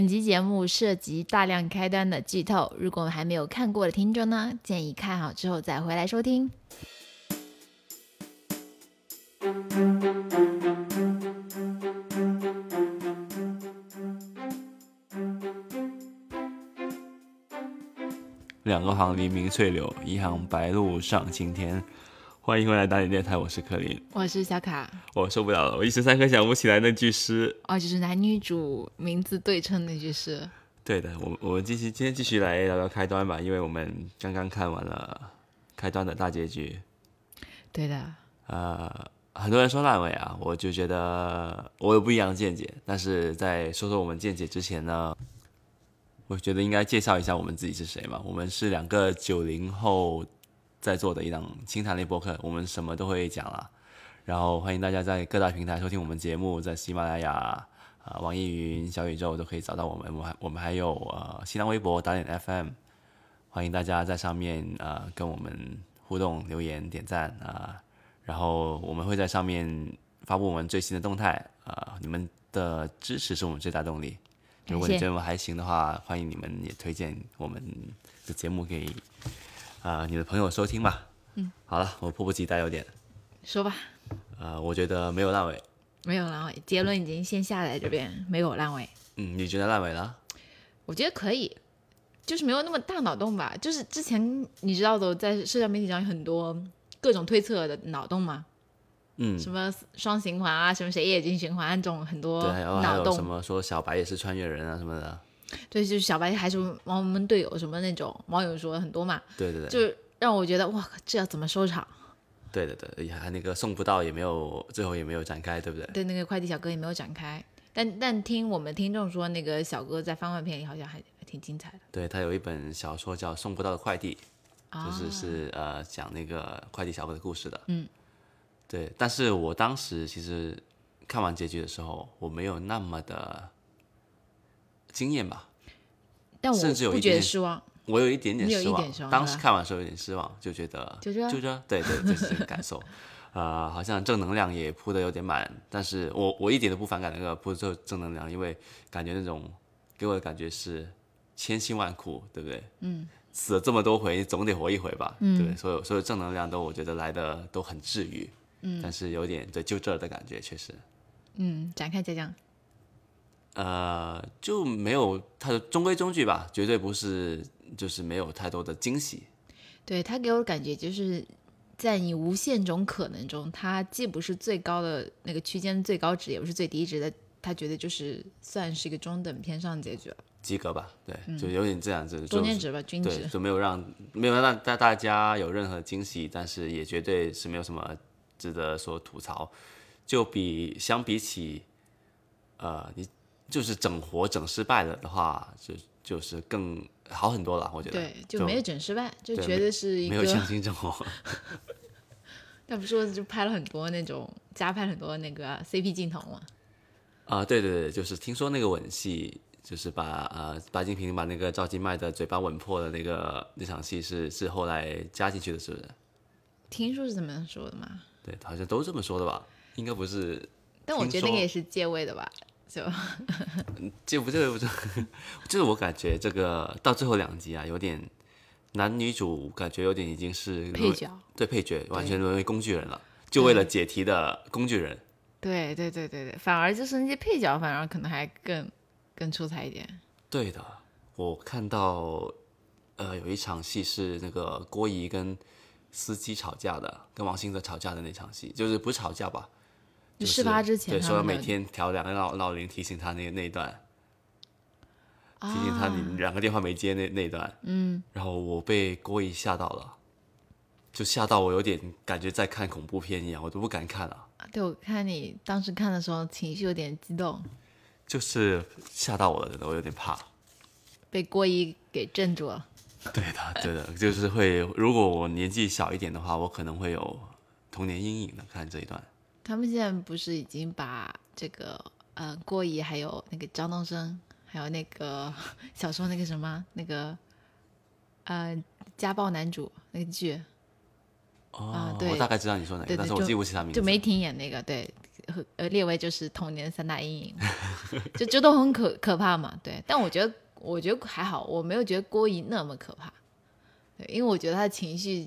本集节目涉及大量开端的剧透，如果还没有看过的听众呢，建议看好之后再回来收听。 两个行黎明翠柳，一行白鹭上青天。欢迎回来打点电台，我是柯林， 我是小卡。 我受不了了，我一时三刻想不起来那句诗。 就是男女主名字对称那句诗。 对的，我们今天继续来聊聊开端吧，因为我们刚刚看完了开端的大结局。 对的。 很多人说烂尾啊，我就觉得我有不一样的见解。但是在说我们见解之前呢，我觉得应该介绍一下我们自己是谁嘛。我们是两个90后在做的一档清谈类播客，我们什么都会讲啦。然后欢迎大家在各大平台收听我们节目，在喜马拉雅、网易云、小宇宙都可以找到我们。我们还有新浪微博打点 FM， 欢迎大家在上面跟我们互动、留言、点赞然后我们会在上面发布我们最新的动态你们的支持是我们最大动力。如果你觉得我们还行的话，欢迎你们也推荐我们的节目给你的朋友收听吧。好了，我迫不及待有点说吧。 我觉得没有烂尾。 没有烂尾，结论已经先下来这边，没有烂尾。 你觉得烂尾了？ 我觉得可以，就是没有那么大脑洞吧。就是之前你知道的，在社交媒体上有很多各种推测的脑洞嘛。什么双循环啊，什么谁也进循环这种很多脑洞。 对，还有什么说小白也是穿越人啊什么的。 对，就是小白还是我们队友什么那种，网友说很多嘛。 对对对， 就让我觉得哇，这要怎么收场？ 对对对，还那个送不到也没有，最后也没有展开，对不对？ 对，那个快递小哥也没有展开。但听我们听众说，那个小哥在番外篇里好像还挺精彩的。 对，他有一本小说叫《送不到的快递》，就是讲那个快递小哥的故事的。对，但是我当时其实看完结局的时候，我没有那么的惊艳吧， 但我甚至有不觉得失望。 我有一点点失望，当时看完的时候有点失望，就觉得就这，对对，这是这个感受。好像正能量也铺的有点满，但是我一点都不反感那个铺正能量，因为感觉那种给我的感觉是千辛万苦，对不对？死了这么多回，总得活一回吧，对，所有正能量都我觉得来的都很治愈。但是有点对就这的感觉，确实。 展开讲讲。 就没有它的中规中矩吧，绝对不是，就是没有太多的惊喜。 对，他给我的感觉就是在你无限种可能中，它既不是最高的那个区间最高值，也不是最低值的，他觉得就是算是一个中等偏上结局了， 及格吧，对，就有点这样子， 中间值吧，均值。 对，就没有让大家有任何惊喜，但是也绝对是没有什么值得说吐槽。就相比起你就是整活整失败了的话，就是更好很多了，我觉得。 对，就没有整失败，就觉得是一个没有强行整活。 他不说就拍了很多那种加拍很多那个 CP 镜头嘛。 对对对，就是听说那个吻戏，就是把白敬亭把那个赵今麦的嘴巴吻破的那场戏是后来加进去的，是不是？ 听说是这么说的嘛？ 对，好像都这么说的吧？应该不是。 但我觉得那个也是借位的吧？ 这不就是我感觉这个到最后2集有点男女主感觉有点已经是配角， 对，配角完全沦为工具人了，就为了解题的工具人。 对对对对对，反而就是那些配角反而可能还更出彩一点。 对的，我看到有一场戏是那个郭怡跟司机吵架的，跟王兴泽吵架的那场戏，就是不是吵架吧？就是事发之前， 对，说每天调2个闹铃提醒他那一段，提醒他你2个电话没接那一段，然后我被郭怡吓到了，就吓到我有点感觉在看恐怖片一样，我都不敢看了。 对，我看你当时看的时候情绪有点激动， 就是吓到我了，我有点怕， 被郭怡给镇住了。 对的，对的，就是会，如果我年纪小一点的话，我可能会有童年阴影的看这一段。 他们现在不是已经把这个郭怡还有那个张东升，还有那个小说那个什么那个家暴男主那个剧对，我大概知道你说哪个，但是我记不起他名字。 就梅婷演那个，对， 列为就是童年3大阴影，就都很可怕嘛。对，但我觉得还好，我没有觉得郭姨那么可怕。对，因为我觉得他的情绪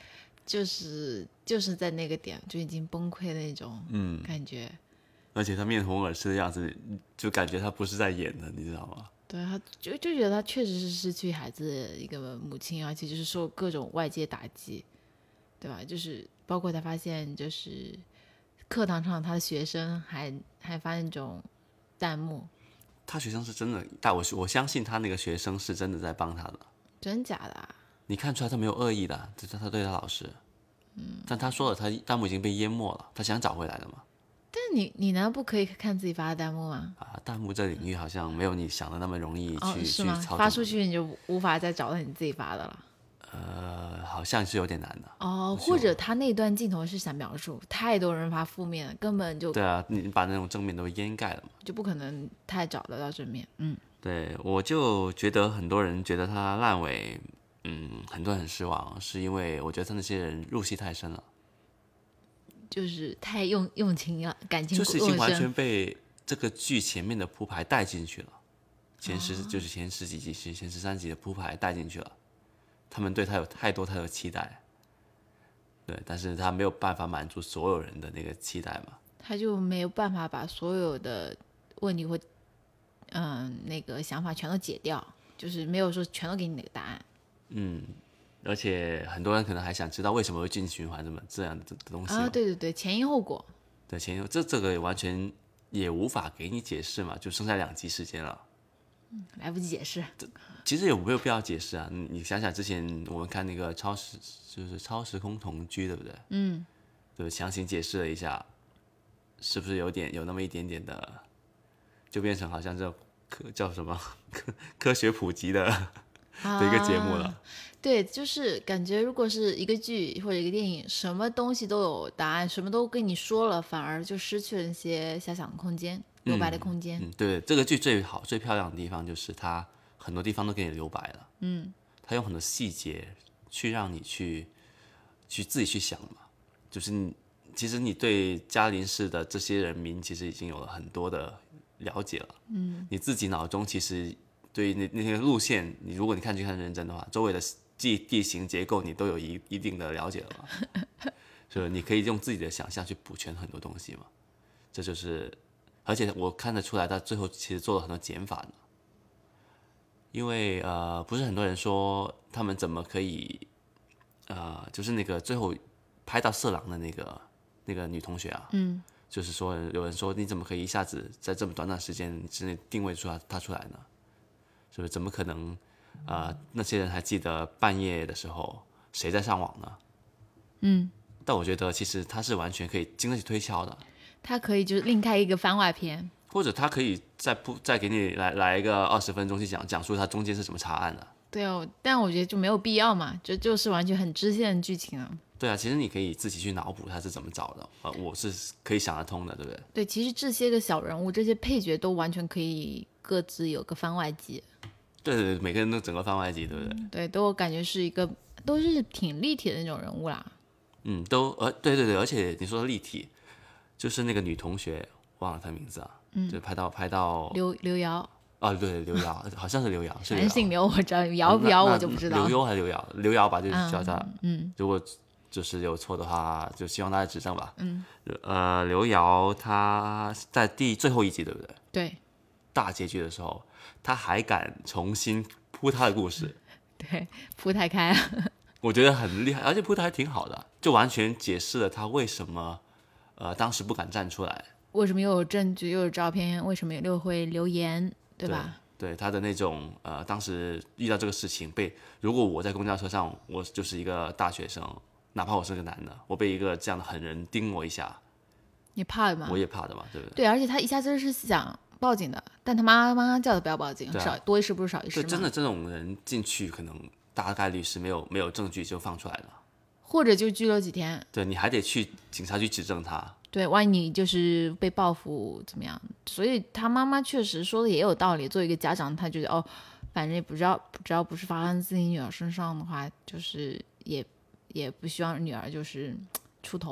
就是在那个点就已经崩溃的那种感觉。 而且他面红耳赤的样子，就感觉他不是在演的，你知道吗？ 对，他就觉得他确实是失去孩子的一个母亲，而且就是受各种外界打击，对吧？就是包括他发现，就是课堂上他的学生还发那种弹幕， 他学生是真的，但我相信他那个学生是真的在帮他的。 真假的啊？ 你看出来他没有恶意的，这是他对他老师。但他说了，他弹幕已经被淹没了，他想找回来的嘛。 但你难道不可以看自己发的弹幕吗？ 弹幕这领域好像没有你想的那么容易去是吗？ 操纵。 发出去你就无法再找到你自己发的了。 好像是有点难的。 或者他那段镜头是想描述太多人发负面了，根本就对啊，你把那种正面都掩盖了嘛， 就不可能太找得到正面。 对，我就觉得很多人觉得他烂尾，很多人很失望，是因为我觉得他那些人入戏太深了。 就是太用情了，感情就是已经完全被这个剧前面的铺排带进去了，就是前10几集、前13集的铺排带进去了，他们对他有太多期待，对，但是他没有办法满足所有人的那个期待嘛， 他就没有办法把所有的问题或那个想法全都解掉，就是没有说全都给你那个答案。 而且很多人可能还想知道为什么会进循环这样的东西对对对，前因后果。 对，前因这个完全也无法给你解释嘛，就剩下2集时间了， 来不及解释。 其实也没有必要解释啊。你想想之前我们看那个超时空同居，对不对？对，强行解释了一下，是不是有那么一点点的，就变成好像叫什么科学普及的一个节目了。 对，就是感觉如果是一个剧或者一个电影，什么东西都有答案，什么都跟你说了，反而就失去了一些遐想的空间，留白的空间。 对，这个剧最好最漂亮的地方就是它很多地方都给你留白了。它用很多细节去让你去自己去想嘛，就是其实你对嘉林市的这些人民其实已经有了很多的了解了。你自己脑中其实对那些路线，如果你看认真的话，周围的地形结构你都有一定的了解了嘛，所以你可以用自己的想象去补全很多东西嘛。这就是，而且我看得出来，他最后其实做了很多减法的，因为不是很多人说他们怎么可以，就是那个最后拍到色狼的那个女同学啊，就是说有人说你怎么可以一下子在这么短时间之内定位出她出来呢？是不是怎么可能？那些人还记得半夜的时候谁在上网呢？但我觉得其实他是完全可以经得起推敲的。 他可以就是另开一个番外篇， 或者他可以再给你来一个20分钟去讲述他中间是怎么查案的。 对哦，但我觉得就没有必要嘛，就是完全很支线的剧情啊。 对啊，其实你可以自己去脑补他是怎么找的，我是可以想得通的，对不对？ 对，其实这些个小人物，这些配角都完全可以各自有个番外集。 对对对，每个人都整个番外集，对不对？ 对，都感觉是都是挺立体的那种人物啦。 对对对，而且你说的立体，就是那个女同学忘了她名字啊，就拍到刘瑶。 对，刘瑶，好像是刘瑶，是刘瑶。姓刘我知道，瑶不瑶我就不知道。 刘优还是刘瑶？刘瑶吧，就叫她。如果就是有错的话，就希望大家指正吧。刘瑶她在最后一集，对不对？ 对。 大结局的时候，她还敢重新铺她的故事。 对，铺太开了。 我觉得很厉害，而且铺的还挺好的，就完全解释了她为什么当时不敢站出来， 为什么又有证据又有照片，为什么又会留言，对吧？ 对他的那种当时遇到这个事情如果我在公交车上，我就是一个大学生，哪怕我是个男的，我被一个这样的狠人盯我一下， 你怕的吗？ 我也怕的嘛，对不对？ 对，而且他一下子是想报警的，但他妈妈叫他不要报警，多一事不如少一事嘛。 真的这种人进去，可能大概率是没有证据就放出来了， 或者就拘留几天。 对，你还得去警察局指证他。 对，万一你就是被报复怎么样？所以他妈妈确实说的也有道理。作为一个家长，他觉得反正也只要不是发生自己女儿身上的话，就是也不希望女儿就是出头吧。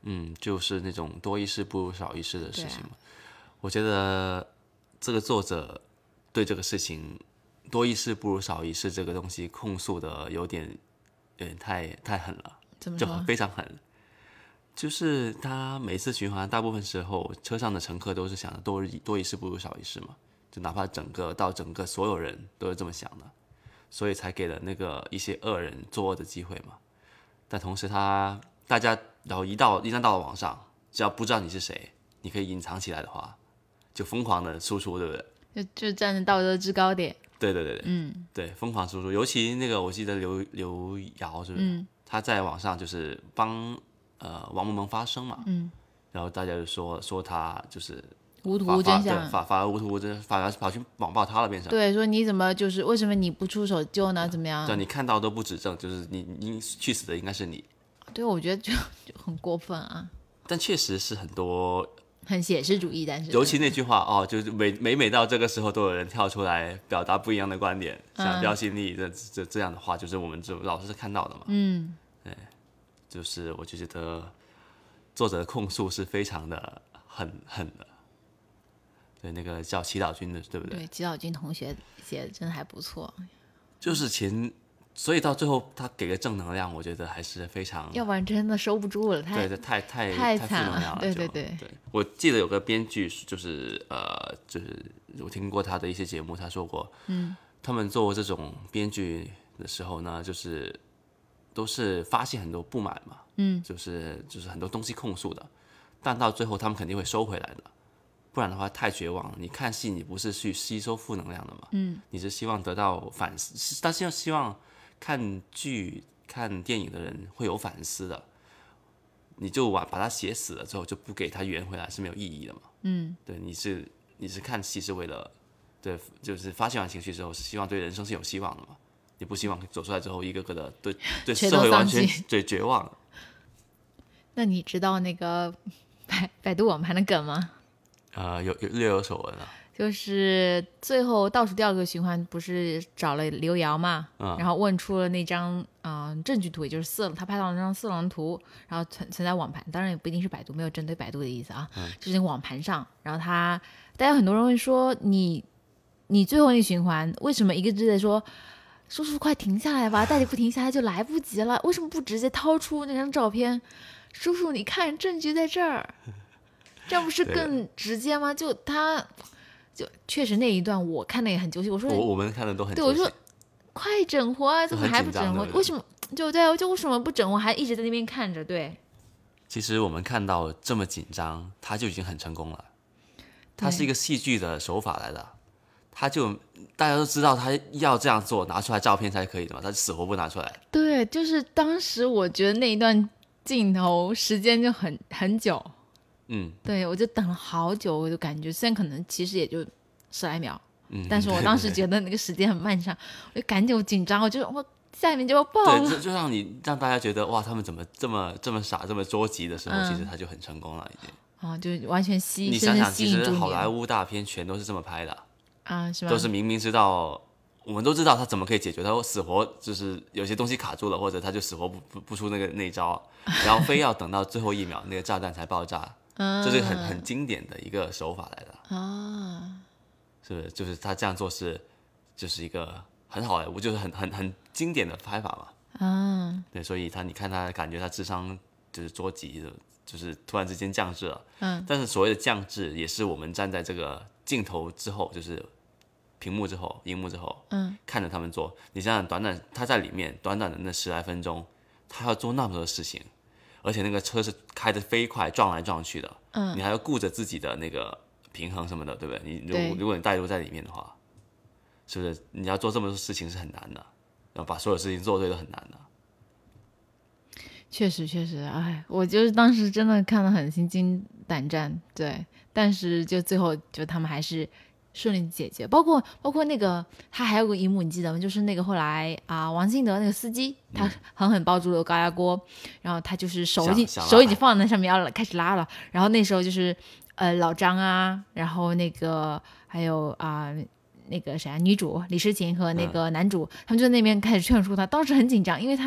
就是那种多一事不如少一事的事情嘛。我觉得这个作者对这个事情多一事不如少一事这个东西控诉的有点太狠了，就非常狠。就是他每次循环，大部分时候车上的乘客都是想的多一事不如少一事嘛，就哪怕整个所有人都是这么想的，所以才给了那个一些恶人作恶的机会嘛。但同时大家然后一旦到了网上，只要不知道你是谁，你可以隐藏起来的话，就疯狂的输出，对不对？就站在道德制高点。 对，对，疯狂输出。尤其那个我记得刘瑶是不是？他在网上就是帮王萌萌发声嘛，然后大家就说他就是无图真相， 反而无图真，反而跑去网暴他了，变成对，说你怎么就是为什么你不出手救呢？怎么样？ 对，你看到都不指证，就是你去死的应该是你。 对，我觉得就很过分啊。 但确实是很写实主义，但是尤其那句话就是每到这个时候都有人跳出来表达不一样的观点，想标新立异，这样的话，就是我们老是看到的嘛。对，就是我就觉得作者的控诉是非常的狠的。对，那个叫祈祷君的，对不对？ 对，祈祷君同学写的真的还不错。 就是所以到最后他给个正能量，我觉得还是非常， 要不然真的收不住了，太负能量了。 对， 我记得有个编剧就是我听过他的一些节目，他说过，他们做这种编剧的时候呢，就是都是发现很多不满嘛，就是很多东西控诉的，但到最后他们肯定会收回来的。不然的话太绝望了。你看戏，你不是去吸收负能量的嘛？你是希望得到反思，但是希望看剧、看电影的人会有反思的。你就把它写死了之后，就不给它圆回来是没有意义的嘛？对，你是看戏是为了，对，就是发泄完情绪之后，是希望对人生是有希望的嘛？你不希望走出来之后，一个个的对社会完全绝望了。 那你知道那个百度网盘的梗吗？ 略有所闻了， 就是最后倒数第二个循环不是找了刘瑶嘛，然后问出了那张证据图，也就是他拍到了那张色狼图，然后存在网盘，当然也不一定是百度，没有针对百度的意思啊，就是那个网盘上，然后大家很多人会说你最后那循环为什么一个字在说叔叔快停下来吧，大姐不停下来就来不及了，为什么不直接掏出那张照片，叔叔你看证据在这儿，这样不是更直接吗？就确实那一段我看的也很揪心，我说我们看的都很对，我说快整活啊，怎么还不整活？为什么就为什么不整活，还一直在那边看着？对， 其实我们看到这么紧张，他就已经很成功了。他是一个戏剧的手法来的，大家都知道他要这样做，拿出来照片才可以的嘛，他死活不拿出来。 对，就是当时我觉得那一段镜头时间就很久。对，我就等了好久，我就感觉虽然可能其实也就10来秒，但是我当时觉得那个时间很漫长，我就赶紧紧张，我就我下面就要爆了。 对，就让大家觉得哇，他们怎么这么傻，这么捉急的时候，其实他就很成功了已经。 就完全你想想，其实好莱坞大片全都是这么拍的是吧？ 都是明明知道，我们都知道他怎么可以解决，他死活就是有些东西卡住了，或者他就死活不出那招，然后非要等到最后一秒那个炸弹才爆炸。这是很经典的一个手法来的是不是？就是他这样做就是一个很好莱坞，就是很经典的拍法嘛。对，所以你看他感觉他智商就是捉急的，就是突然之间降智了。但是所谓的降智，也是我们站在这个镜头之后，就是屏幕之后、荧幕之后，看着他们做。你想想，短他在里面短的那10来分钟，他要做那么多事情。而且那个车是开得飞快，撞来撞去的，你还要顾着自己的那个平衡什么的，对不对？如果你带入在里面的话，是不是你要做这么多事情是很难的，然后把所有事情做对都很难的。 确实，哎，我就是当时真的看得很心惊胆战，对，但是就最后就他们还是顺利解决，包括那个他还有个一幕你记得吗？就是那个后来王兴德那个司机，他狠狠抱住了高压锅，然后他就是手已经放在那上面要开始拉了，然后那时候就是老张啊，然后那个还有那个谁女主李诗情和那个男主，他们就在那边开始劝说他，当时很紧张，因为他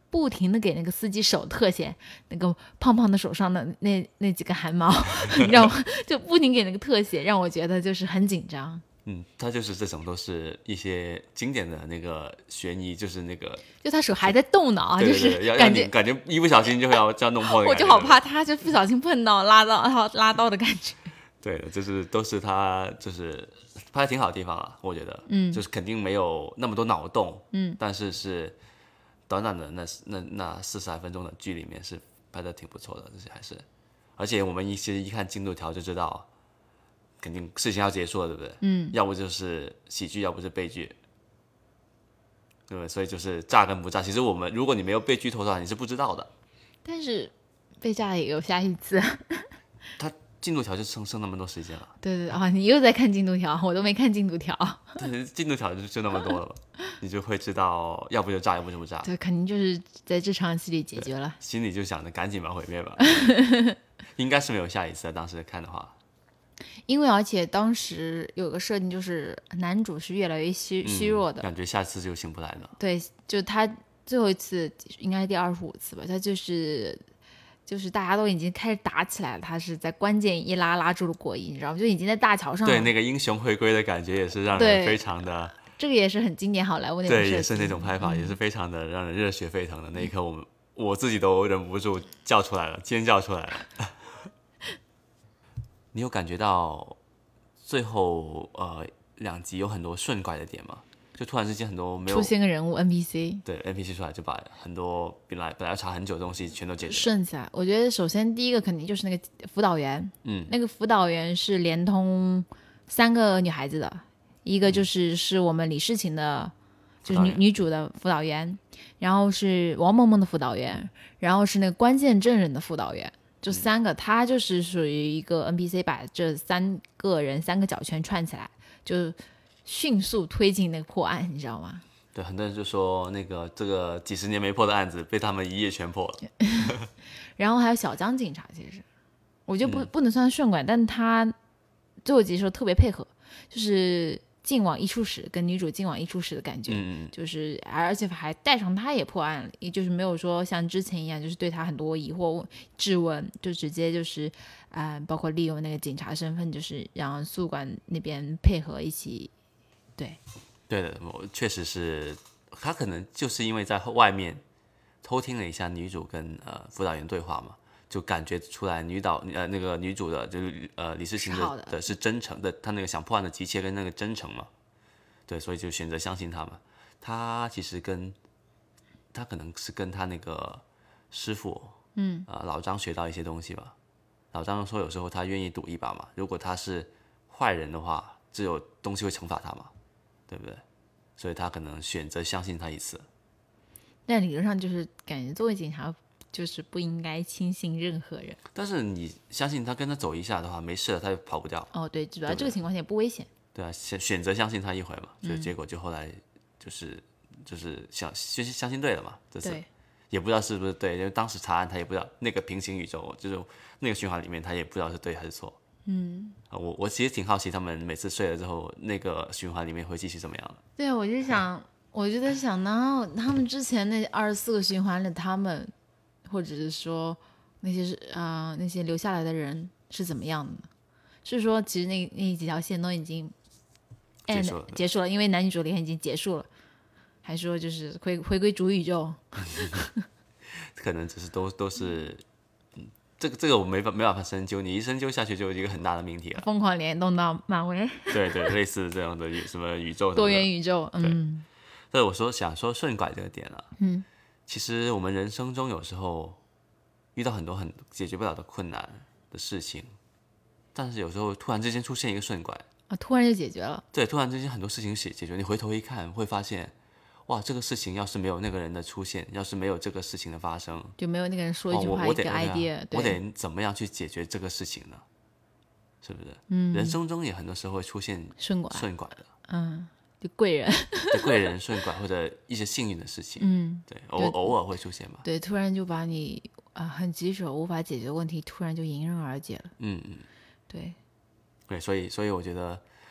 不停的给那个司机手特写，那个胖胖的手上的那几个汗毛，让我就不停给那个特写，让我觉得就是很紧张。 他就是这种都是一些经典的那个悬疑，就是那个， 就他手还在动脑， 对就是感觉一不小心就会要弄破的感觉。 我就好怕他就不小心碰到拉到的感觉。 对的，就是都是他就是拍的挺好的地方啊，我觉得，就是肯定没有那么多脑洞，但是短短的那40来分钟的剧里面是拍的挺不错的，这些还是，而且我们其实一看进度条就知道。肯定事情要结束了，对不对？要不就是喜剧，要不是悲剧，对不对？所以就是炸跟不炸，其实如果你没有被剧透的话，你是不知道的。 但是被炸也有下一次。 他进度条就剩那么多时间了。 对啊，你又在看进度条，我都没看进度条。 对，进度条就那么多了，你就会知道，要不就炸，要不就不炸。 对，肯定就是在这场戏里解决了。 心里就想着赶紧吧，毁灭吧。应该是没有下一次，当时看的话。 因为而且当时有个设定，就是男主是越来越虚弱的， 感觉下次就醒不来了。 对，就他最后一次应该是第25次吧，他就是大家都已经开始打起来了，他是在关键一拉住了果蝇，你知道吗？就已经在大桥上了。 对，那个英雄回归的感觉也是让人非常的。 这个也是很经典好莱坞那种设计。 对，也是那种拍法，也是非常的让人热血沸腾的。那一刻我自己都忍不住叫出来了，尖叫出来了。你有感觉到最后2集有很多顺拐的点吗？就突然之间很多没有出现个人物 NPC， 对 NPC 出来就把很多本来要查很久的东西全都解决顺起来。我觉得首先第一个肯定就是那个辅导员，那个辅导员是连通3个女孩子的，一个是我们李世情的，就是女主的辅导员，然后是王萌萌的辅导员，然后是那个关键证人的辅导员。就3个，他就是属于一个 NPC， 把这3个人3个角全串起来，就迅速推进那个破案，你知道吗？ 对，很多人就说这个几10年没破的案子被他们一夜全破了。 然后还有小江警察，其实我觉得不能算顺拐，但他最后集的时候特别配合，就是进往一处使，跟女主进往一处使的感觉，就是而且还带上他也破案了，也就是没有说像之前一样，就是对他很多疑惑质问，就直接就是包括利用那个警察身份，就是让宿管那边配合一起。对的，确实是他可能就是因为在外面偷听了一下女主跟辅导员对话嘛，就感觉出来那个女主的就是李世情的是真诚的，她那个想破案的急切跟那个真诚嘛，对，所以就选择相信他嘛。他其实他可能是跟他那个师傅老张学到一些东西吧。老张说有时候他愿意赌一把嘛，如果他是坏人的话，只有东西会惩罚他嘛，对不对？所以他可能选择相信他一次。 但理论上就是感觉作为警察就是不应该轻信任何人。 但是你相信他跟他走一下的话，没事了，他就跑不掉。 哦，对，主要这个情况下也不危险。 对啊，选择相信他一回嘛，所以结果就后来就是相信对了嘛，这次也不知道是不是对，因为当时查案他也不知道那个平行宇宙，就是那个循环里面他也不知道是对还是错。我其实挺好奇他们每次睡了之后那个循环里面会继续怎么样的。 对，我就在想呢，他们之前那24个循环里，他们或者是说那些留下来的人是怎么样的呢？是说其实那几条线都已经结束了，因为男女主联已经结束了，还说就是回归主宇宙？ 可能只是都是。这个我没办法深究，你一深究下去就有一个很大的命题了。 疯狂联动到漫威， 对，类似这样的什么宇宙多元宇宙， 所以我想说顺拐这个点啊，其实我们人生中有时候遇到很多很解决不了的困难的事情，但是有时候突然之间出现一个顺拐突然就解决了。 对，突然之间很多事情解决，你回头一看会发现。哇，这个事情要是没有那个人的出现，要是没有这个事情的发生， 就没有那个人说一句话，一个 idea， 我得怎么样去解决这个事情呢？是不是？人生中也很多时候会出现顺拐的， 就贵人， 顺拐或者一些幸运的事情，对，偶尔会出现嘛。 对，突然就把你很棘手无法解决的问题，突然就迎刃而解了。对， 所以我觉得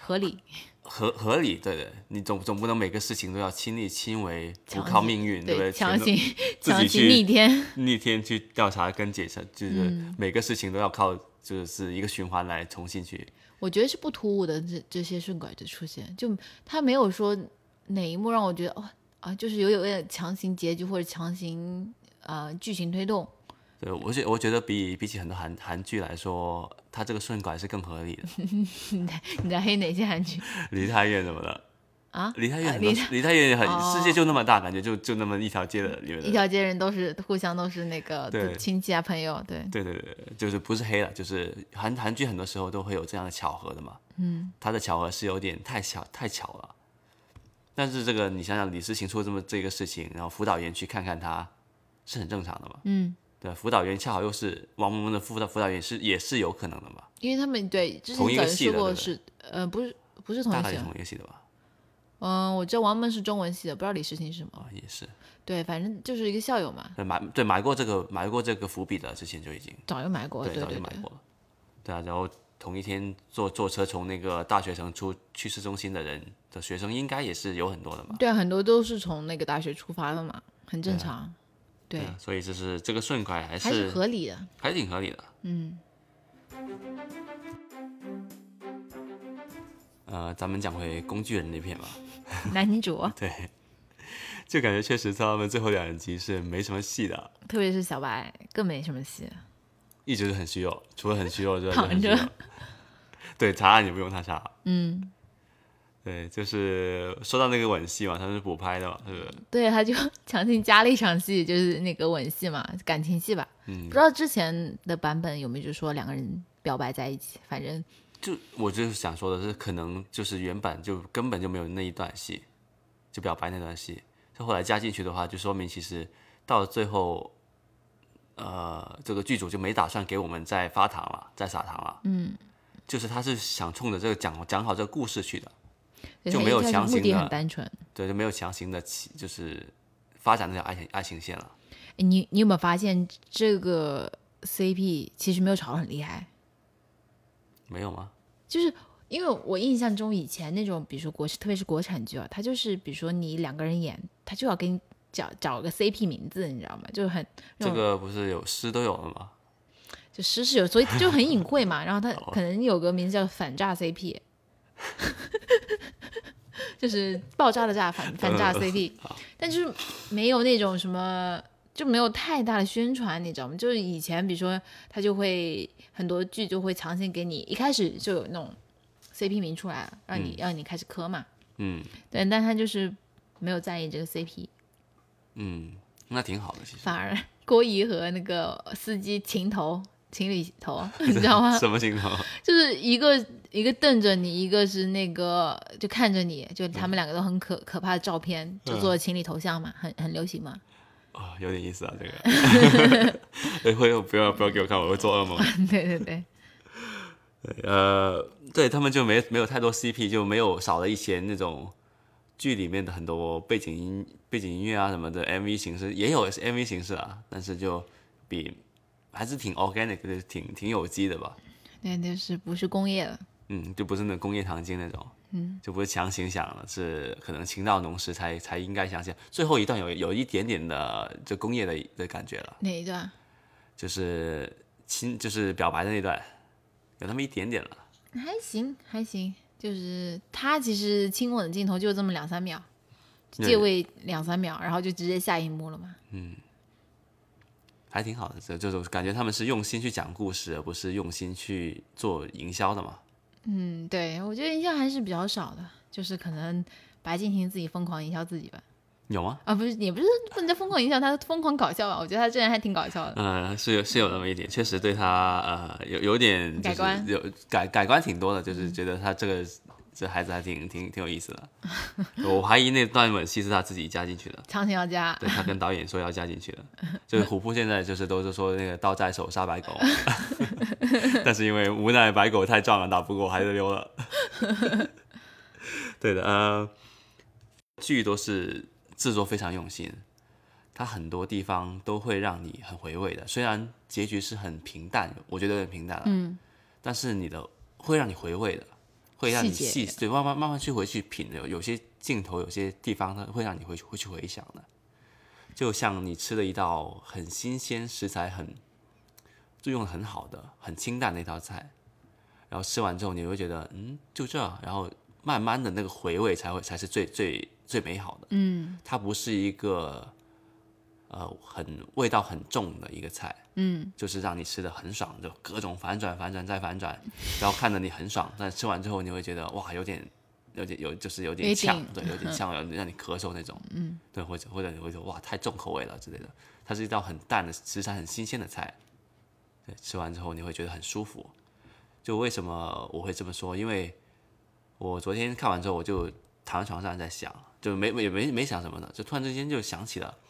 合理。 合理，对的，你总不能每个事情都要亲力亲为，不靠命运，对不对？ 强行自己去逆天去调查跟解释，就是每个事情都要靠就是一个循环来重新去。 我觉得是不突兀的这些顺拐的出现，就他没有说哪一幕让我觉得就是有点强行结局或者强行剧情推动。 对，我觉得比起很多韩剧来说，它这个顺拐是更合理的。 你在黑哪些韩剧？ 梨泰院什么的啊？ 梨泰院世界就那么大，感觉就那么一条街的里面的， 一条街人都是互相都是那个亲戚啊朋友，对， 就是不是黑了，就是韩剧很多时候都会有这样的巧合的嘛。它的巧合是有点太巧了。但是这个你想想，李诗情出这个事情，然后辅导员去看看他，是很正常的嘛。对，辅导员恰好又是王萌萌的辅导员，也是有可能的嘛。 因为他们对之前同一个系的， 说过是不是同一个系， 大概是同一个系的吧。 我知道王萌是中文系的，不知道李诗情是什么。 也是。 对，反正就是一个校友嘛。 埋过这个伏笔的，之前就已经早就埋过，对， 早就埋过了。对啊，然后同一天坐车从那个大学城去市中心的人的学生，应该也是有很多的嘛。 对啊，很多都是从那个大学出发的嘛，很正常。对， 所以就是这个顺拐还是合理的， 还挺合理的。咱们讲回工具人那片吧。 男女主对，就感觉确实他们最后2集是没什么戏的， 特别是小白更没什么戏， 一直是很虚弱，除了很虚弱之外就很虚弱。对，查案也不用他查。对，就是说到那个吻戏嘛，他是补拍的嘛，是不是？ 对，他就强行加了一场戏，就是那个吻戏嘛，感情戏吧。不知道之前的版本有没有就说2个人表白在一起，反正我就是想说的是，可能就是原版就根本就没有那一段戏，就表白那段戏，就后来加进去的话，就说明其实到了最后，这个剧组就没打算给我们再发糖了，再撒糖了。就是他是想冲着这个讲好这个故事去的。就没有强行的，目的很单纯， 对，就没有强行的就是发展那条爱情线了。 你有没有发现这个 CP 其实没有吵得很厉害？ 没有吗？ 就是因为我印象中以前那种，比如说特别是国产剧啊，它就是比如说你2个人演，他就要给你找个 CP 名字，你知道吗？就很这个不是有诗都有了吗？ 就诗是有，所以就很隐晦嘛。然后他可能有个名字叫反诈 CP。就是爆炸的炸反炸 CP，但就是没有那种什么，就没有太大的宣传，你知道吗？就是以前比如说他就会很多剧就会强行给你一开始就有那种 CP 名出来，让你开始磕嘛。对，但他就是没有在意这个 CP。 那挺好的，其实。 反而郭怡和那个司机情侣头，你知道吗？ 什么情头？ 就是一个瞪着你，一个是那个就看着你，就他们2个都很可怕的照片，就做情侣头像嘛，很流行嘛。 有点意思啊，这个。不要给我看，我会做噩梦。 对。 对他们就没有太多 CP， 就没有少了一些那种剧里面的很多背景音乐啊什么的 MV 形式，也有 MV 形式啊，但是就还是挺 organic 的，挺有机的吧。 对，就是不是工业的。 就不是那工业糖精那种。就不是强行想了，是可能情到浓时才应该想象。最后一段有一点点的就工业的感觉了。 哪一段？ 就是表白的那段，有那么一点点了。 还行，就是他其实亲吻的镜头就这么2-3秒，借位2-3秒，然后就直接下一幕了嘛。 还挺好的，这种感觉他们是用心去讲故事，而不是用心去做营销的嘛。 对，我觉得营销还是比较少的，就是可能白敬亭自己疯狂营销自己吧。 有吗？ 不是，也不能叫疯狂营销，他疯狂搞笑吧。我觉得他这人还挺搞笑的。是有那么一点，确实对他有点、就是、改观挺多的，就是觉得他这孩子还挺有意思的。我怀疑那段吻戏是他自己加进去的， 强行要加。 对，他跟导演说要加进去的。就是虎扑现在都是说那个刀在手杀白狗，但是因为无奈白狗太壮了打不过，还是溜了。对的，剧都是制作非常用心，它很多地方都会让你很回味的。虽然结局是很平淡，我觉得很平淡了，但是会让你回味的。 会让你细节对慢慢去回去品的，有些镜头有些地方它会让你会去回想的。就像你吃了一道很新鲜食材就用的很好的很清淡的一道菜，然后吃完之后你会觉得就这，然后慢慢的那个回味才是最美好的。它不是一个味道很重的一个菜，就是让你吃的很爽，就各种反转再反转，然后看着你很爽，但吃完之后你会觉得哇有点呛，对，有点像让你咳嗽那种，对，或者你会说哇太重口味了之类的。它是一道很淡的食材很新鲜的菜，对，吃完之后你会觉得很舒服。就为什么我会这么说？因为我昨天看完之后，我就躺在床上在想，就没想什么的，就突然之间就想起了，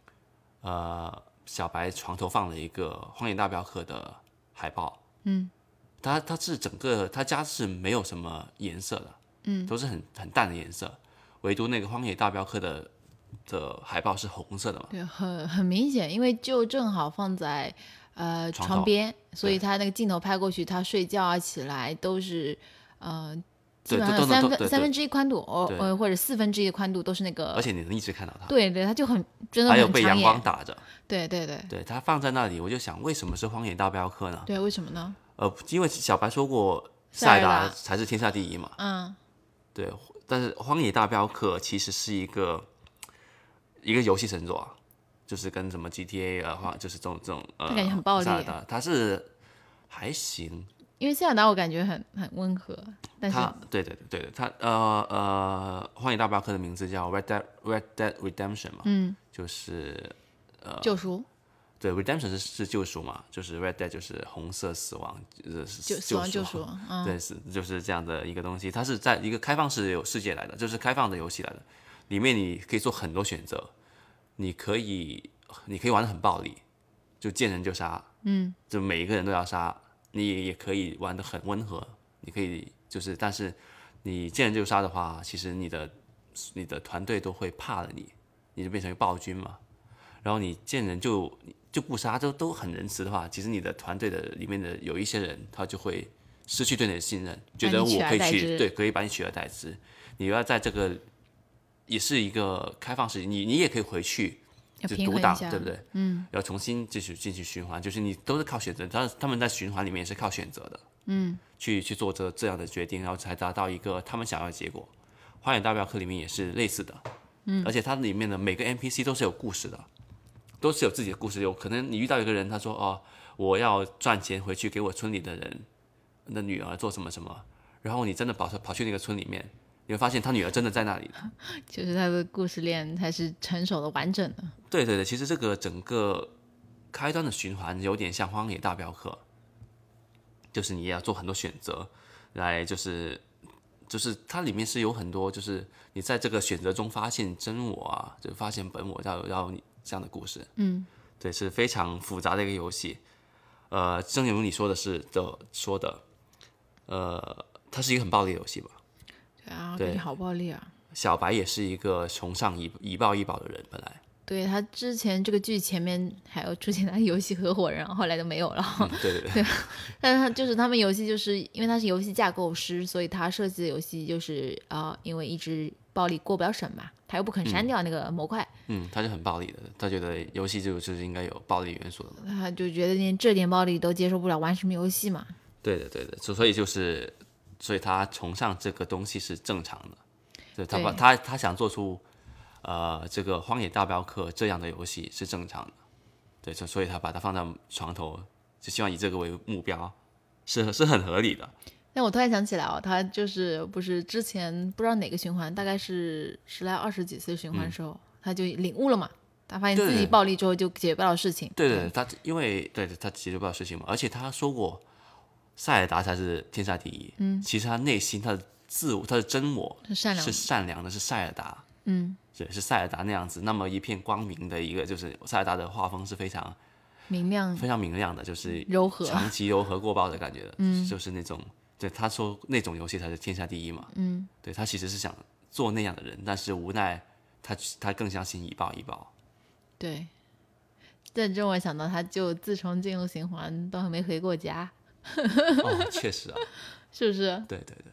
小白床头放了一个《荒野大镖客》的海报，它是整个他家是没有什么颜色的，都是很淡的颜色，唯独那个《荒野大镖客》的海报是红色的嘛， 对，很明显，因为就正好放在床边，所以他那个镜头拍过去，他睡觉啊起来都是基本上三分之一宽度，或者1/4的宽度都是那个， 而且你能一直看到它。 对，他就真的很还有被阳光打着。 对， 它放在那里，我就想为什么是荒野大镖客呢？ 对，为什么呢？ 因为小白说过塞尔达才是天下第一嘛。对，但是荒野大镖客其实是一个游戏神作啊，就是跟什么 GTA 就是这种感觉很暴力。 塞尔达它是还行。 因为塞尔达我感觉很温和，但是对，它荒野大镖客的名字叫 Red Dead Redemption 嘛，就是救赎， 对 Redemption 是救赎嘛，就是 Red Dead 就是红色死亡， 死亡救赎， 对，就是这样的一个东西。它是在一个开放式世界来的，就是开放的游戏来的，里面你可以做很多选择，你可以玩得很暴力，就见人就杀，就每一个人都要杀。你也可以玩得很温和，你可以但是你见人就杀的话，其实你的团队都会怕了你就变成一个暴君嘛。然后你见人就不杀，都很仁慈的话，其实你的团队的里面的有一些人，他就会失去对你的信任，觉得我可以可以把你取而代之。你要在这个也是一个开放式，你也可以回去。就独挡，对不对？要重新继续进去循环，就是你都是靠选择，他们在循环里面也是靠选择的，去做这样的决定，然后才达到一个他们想要的结果。荒野大镖客里面也是类似的，而且它里面的每个 NPC 都是有故事的，都是有自己的故事。有可能你遇到一个人，他说我要赚钱回去给我村里的人的女儿做什么什么，然后你真的跑去那个村里面。你会发现他女儿真的在那里， 就是他的故事链才是成熟的完整的。 对，其实这个整个开端的循环有点像荒野大镖客，就是你也要做很多选择，来就是它里面是有很多，就是你在这个选择中发现真我啊，就发现本我，要你这样的故事。对，是非常复杂的一个游戏。正如你说的，它是一个很暴力的游戏吧？ 对，好暴力啊！ 小白也是一个崇尚以暴易暴的人，本来。 对，他之前这个剧前面还有出现他的游戏合伙人，后来都没有了。 对， 但是他们游戏就是因为他是游戏架构师，所以他设计的游戏就是因为一直暴力过不了审嘛，他又不肯删掉那个模块， 他就很暴力的，他觉得游戏就是应该有暴力元素的， 他就觉得连这点暴力都接受不了，玩什么游戏嘛？ 对的，所以他崇尚这个东西是正常的，他想做出这个荒野大镖客这样的游戏是正常的，对，所以他把它放在床头，就希望以这个为目标，是很合理的。 但我突然想起来他就是不是之前不知道哪个循环，大概是10来20几次循环的时候，他就领悟了嘛，他发现自己暴力之后就解决不了事情。 对，他因为他解决不了事情嘛，而且他说过塞尔达才是天下第一，其实他内心他的自我，他的真我是善良的，是塞尔达，对，是塞尔达那样子，那么一片光明的一个，就是塞尔达的画风是非常明亮， 非常明亮的，就是柔和， 长期柔和过曝的感觉的，就是那种，对，他说那种游戏才是天下第一嘛，对，他其实是想做那样的人，但是无奈他更相信以暴易暴， 对，这让我想到他就自从进入循环都还没回过家。 确实啊， 是不是？ 对，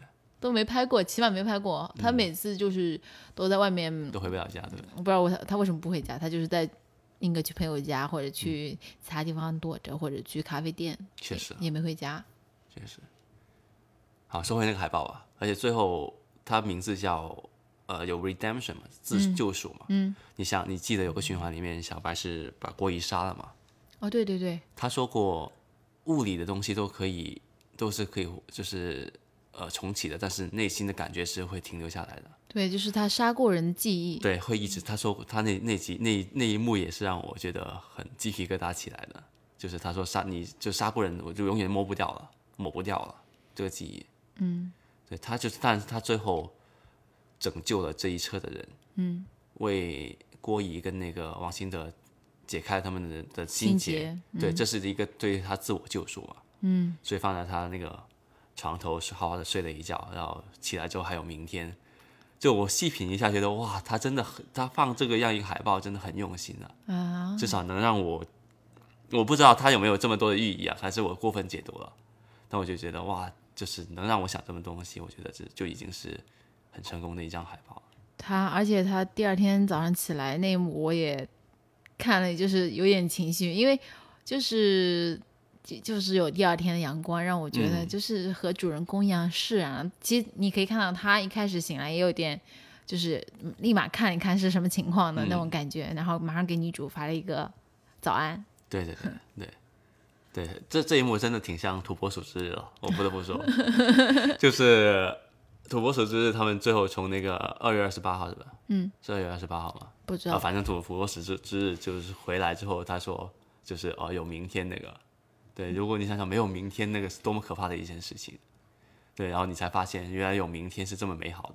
都没拍过，起码没拍过。他每次就是都在外面， 都回不了家，对不对？ 我不知道他为什么不回家，他就是在应该去朋友家或者去其他地方躲着，或者去咖啡店， 确实也没回家。 确实。好，说回那个海报吧，而且最后它名字叫有 redemption 嘛，救赎嘛。你记得有个循环里面，小白是把郭姨杀了嘛？ 哦，对对对， 他说过，物理的东西都是可以就是重启的，但是内心的感觉是会停留下来的。 对，就是他杀过人的记忆。 对，会一直。他说他那一幕也是让我觉得很鸡皮疙瘩起来的，就是他说杀过人，我就永远抹不掉了这个记忆。对，但是他最后拯救了这一车的人，为郭姨跟那个王兴德解开了他们的心结，对，这是一个对他自我救赎嘛，所以放在他那个床头是好好的睡了一觉，然后起来之后还有明天。就我细品一下，觉得哇，他放这个样一个海报真的很用心啊，至少能让我不知道他有没有这么多的寓意啊，还是我过分解读了，但我就觉得哇，就是能让我想这么多东西，我觉得这就已经是很成功的一张海报。 而且他第二天早上起来那一幕我也看了，就是有点情绪，因为就是有第二天的阳光，让我觉得就是和主人公一样释然。其实你可以看到他一开始醒来也有点就是立马看一看是什么情况的那种感觉，然后马上给女主发了一个早安。 对对对对对，这一幕真的挺像土拨鼠之日了，我不得不说。就是土拨鼠之日他们最后从那个2月28号是吧？是2月28号吗？ 不知道， 反正土拨鼠之日就是回来之后他说就是有明天那个。对，如果你想想没有明天，那个是多么可怕的一件事情。对，然后你才发现原来有明天是这么美好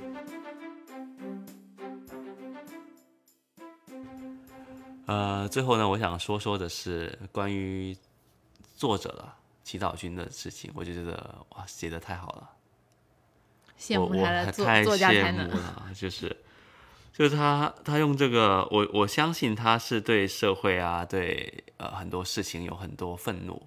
的。最后呢，我想说的是关于作者的祈祷君的事情，我就觉得哇，写得太好了， 羡慕他的太作家才羡慕能。 了，就是他用这个，我相信他是对社会啊，对很多事情有很多愤怒，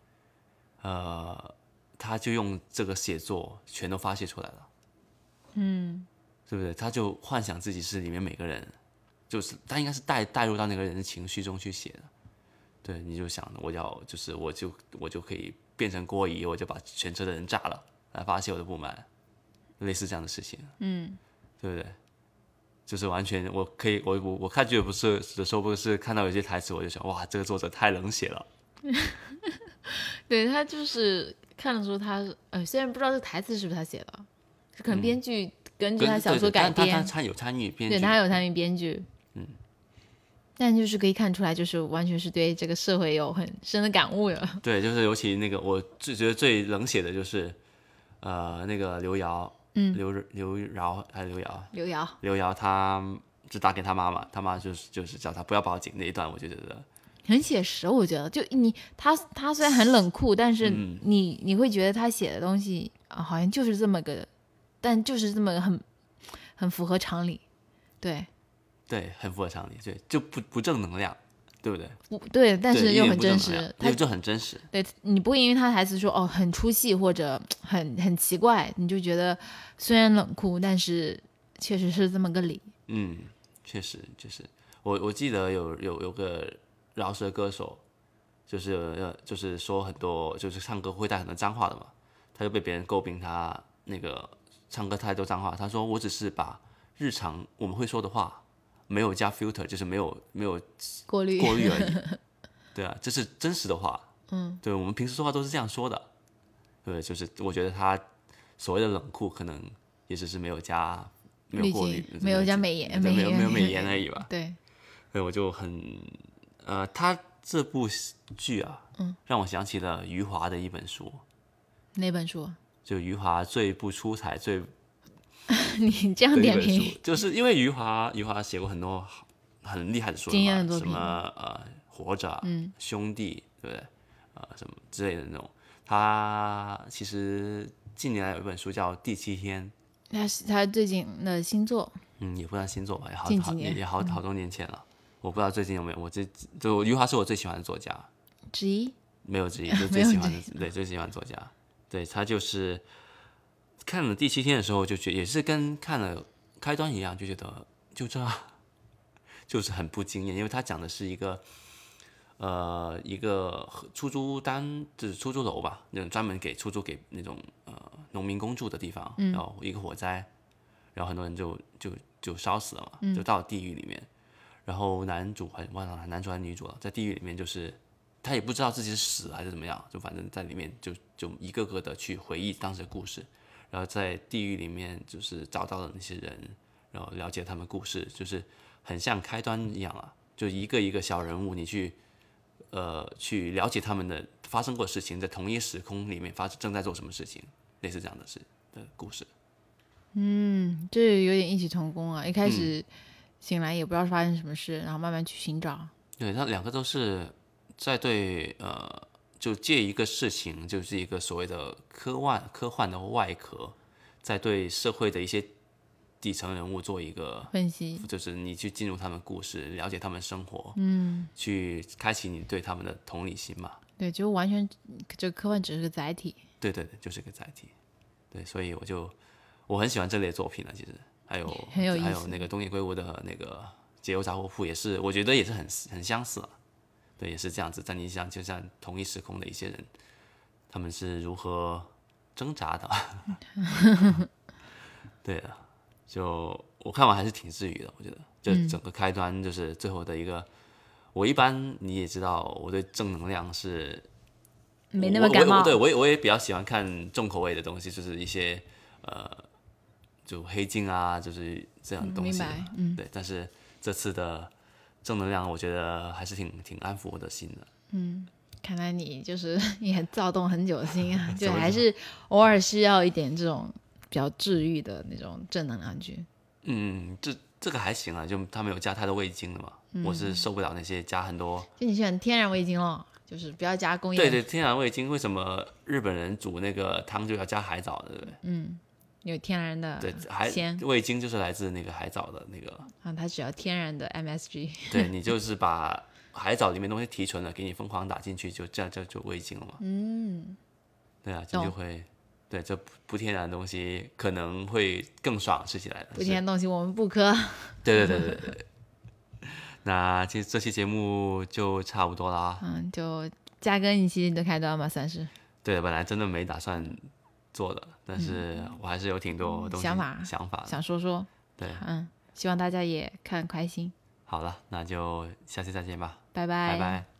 他就用这个写作全都发泄出来了，对不对？他就幻想自己是里面每个人，就是他应该是带入到那个人的情绪中去写的，对，你就想我就可以变成郭姨，我就把全车的人炸了，来发泄我的不满，类似这样的事情，对不对？就是完全，我看剧不是的时候，不是看到有些台词，我就想，哇，这个作者太冷血了。 对，他就是看的时候他，虽然不知道这台词是不是他写的，可能编剧根据他小说改编， 他有参与编剧， 对，他有参与编剧，但就是可以看出来，就是完全是对这个社会有很深的感悟了。 对，就是尤其那个我觉得最冷血的就是，那个刘瑶。刘瑶还是刘瑶，他就打给他妈妈，他妈就是叫他不要报警那一段，我就觉得很写实。我觉得就他虽然很冷酷，但是你会觉得他写的东西好像就是这么个，但就是这么很符合常理，对， 很符合常理，对，就不正能量，对不对？ 对，但是又很真实， 他就很真实。 对，你不会因为他台词说很出戏或者很奇怪，你就觉得虽然冷酷，但是确实是这么个理。 确实就是我记得有个饶舌歌手，就是说很多就是唱歌会带很多脏话的嘛，他就被别人诟病他那个唱歌太多脏话。他说我只是把日常我们会说的话没有加 filter， 就是没有过滤而已。对啊，这是真实的话。对，我们平时说话都是这样说的。对，就是我觉得他所谓的冷酷，可能也只是没有过滤， 没有加美颜，没有美颜而已吧。 对， 所以我就很他这部剧啊，让我想起了余华的一本书。 哪本书？ 就余华最不出彩你这样点评， 就是因为余华写过很多很厉害的书嘛，什么活着，兄弟，对不对？什么之类的那种。他其实近年来有一本书叫《第七天》， 他最近的新作， 也不算新作吧，也好多年前了。我不知道最近有没有，余华是我最喜欢的作家之一， 没有之一，就最喜欢的，对，最喜欢的作家。对，他就是看了第7天的时候，就觉得也是跟看了开端一样，就觉得就是很不惊艳，因为他讲的是一个出租就是出租楼吧，那种专门出租给那种农民工住的地方，然后一个火灾，然后很多人就烧死了嘛，就到了地狱里面，然后男主还忘了男主还是女主了，在地狱里面就是他也不知道自己是死还是怎么样，就反正在里面就一个个的去回忆当时的故事，然后在地狱里面就是找到了那些人，然后了解他们故事，就是很像开端一样啊，就一个一个小人物你去了解他们的发生过的事情，在同一时空里面正在做什么事情，类似这样的故事。 这有点异曲同工啊！一开始醒来也不知道发生什么事，然后慢慢去寻找。 对，他两个都是在对就借一个事情，就是一个所谓的科幻的外壳，在对社会的一些底层人物做一个分析， 就是你去进入他们故事，了解他们生活，去开启你对他们的同理心嘛。 对，就完全这科幻只是个载体。 对，就是个载体。对，所以我很喜欢这类的作品了，其实还有那个东野圭吾的那个解忧杂货铺也是，我觉得也是很相似啊。对，也是这样子，在你想就像同一时空的一些人，他们是如何挣扎的。对的，就我看完还是挺治愈的，我觉得就整个开端就是最后的一个，我一般你也知道，我对正能量是没那么感冒。 对，我也比较喜欢看重口味的东西，就是一些就黑镜啊，就是这样的东西。 明白， 对，但是这次的正能量，我觉得还是挺安抚我的心的。 看来你就是也躁动很久的心啊，就还是偶尔需要一点这种比较治愈的那种正能量剧。 这个还行啊，就他没有加太多味精的嘛，我是受不了那些加很多。 就你喜欢天然味精咯，就是不要加工业。 对，天然味精，为什么日本人煮那个汤就要加海藻，对不对？ 有天然的鲜， 味精就是来自那个海藻的那个。 它只要天然的 MSG。 对，你就是把海藻里面东西提纯了，给你疯狂打进去，就这样就味精了嘛。对啊，这就会。对，这不天然的东西可能会更爽吃起来的。 不天然的东西我们不磕。 对。那其实这期节目就差不多啦。 就加更一期的开端吧，算是。 对，本来真的没打算做的，但是我还是有挺多东西想法想说。 对， 希望大家也看开心。 好了，那就下期再见吧， 拜拜。 拜拜。